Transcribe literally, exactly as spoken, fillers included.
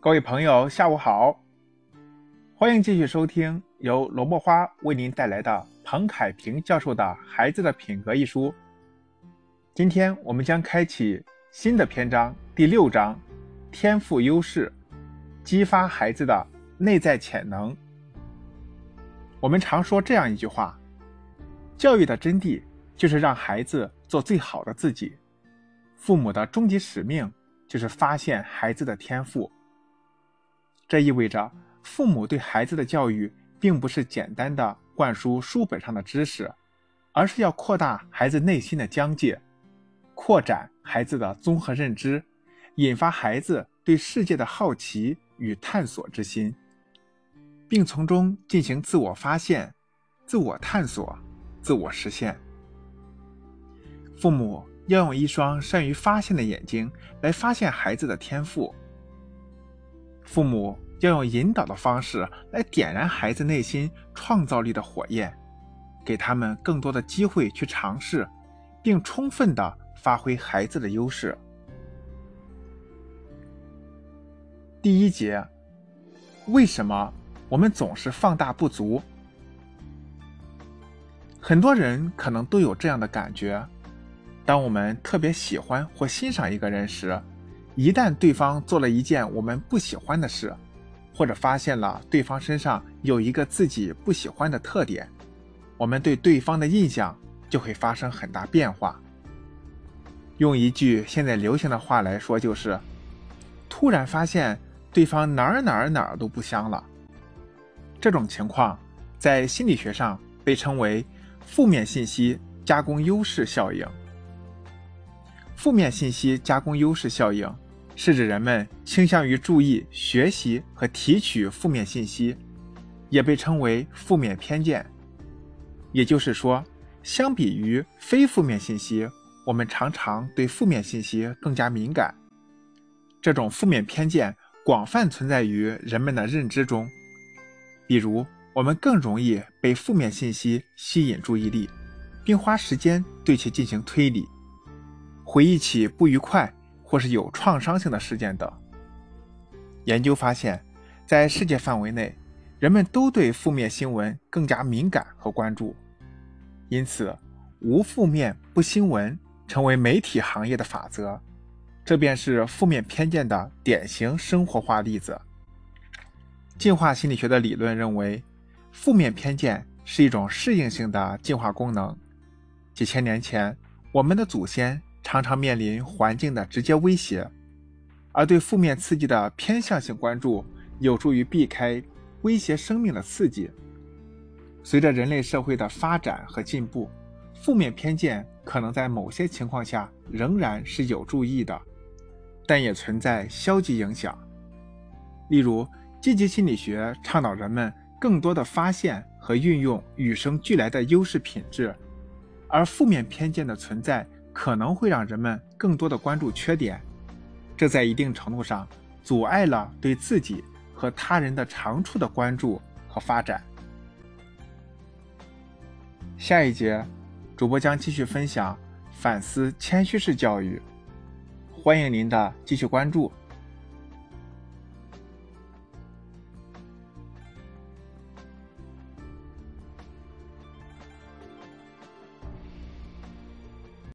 各位朋友，下午好，欢迎继续收听由罗墨花为您带来的彭凯平教授的《孩子的品格》一书。今天我们将开启新的篇章，第六章：天赋优势，激发孩子的内在潜能。我们常说这样一句话：教育的真谛就是让孩子做最好的自己。父母的终极使命就是发现孩子的天赋。这意味着父母对孩子的教育并不是简单的灌输书本上的知识，而是要扩大孩子内心的疆界，扩展孩子的综合认知，引发孩子对世界的好奇与探索之心，并从中进行自我发现、自我探索、自我实现。父母要用一双善于发现的眼睛来发现孩子的天赋。父母要用引导的方式来点燃孩子内心创造力的火焰，给他们更多的机会去尝试，并充分地发挥孩子的优势。第一节，为什么我们总是放大不足？很多人可能都有这样的感觉，当我们特别喜欢或欣赏一个人时，一旦对方做了一件我们不喜欢的事，或者发现了对方身上有一个自己不喜欢的特点，我们对对方的印象就会发生很大变化。用一句现在流行的话来说，就是突然发现对方哪儿哪儿哪儿都不香了。这种情况在心理学上被称为负面信息加工优势效应。负面信息加工优势效应是指人们倾向于注意、学习和提取负面信息，也被称为负面偏见。也就是说，相比于非负面信息，我们常常对负面信息更加敏感。这种负面偏见广泛存在于人们的认知中，比如我们更容易被负面信息吸引注意力，并花时间对其进行推理，回忆起不愉快或是有创伤性的事件等。研究发现，在世界范围内，人们都对负面新闻更加敏感和关注，因此无负面不新闻成为媒体行业的法则，这便是负面偏见的典型生活化例子。进化心理学的理论认为，负面偏见是一种适应性的进化功能。几千年前，我们的祖先常常面临环境的直接威胁，而对负面刺激的偏向性关注有助于避开威胁生命的刺激。随着人类社会的发展和进步，负面偏见可能在某些情况下仍然是有助益的，但也存在消极影响。例如，积极心理学倡导人们更多的发现和运用与生俱来的优势品质，而负面偏见的存在可能会让人们更多的关注缺点，这在一定程度上阻碍了对自己和他人的长处的关注和发展。下一节，主播将继续分享反思谦虚式教育，欢迎您的继续关注。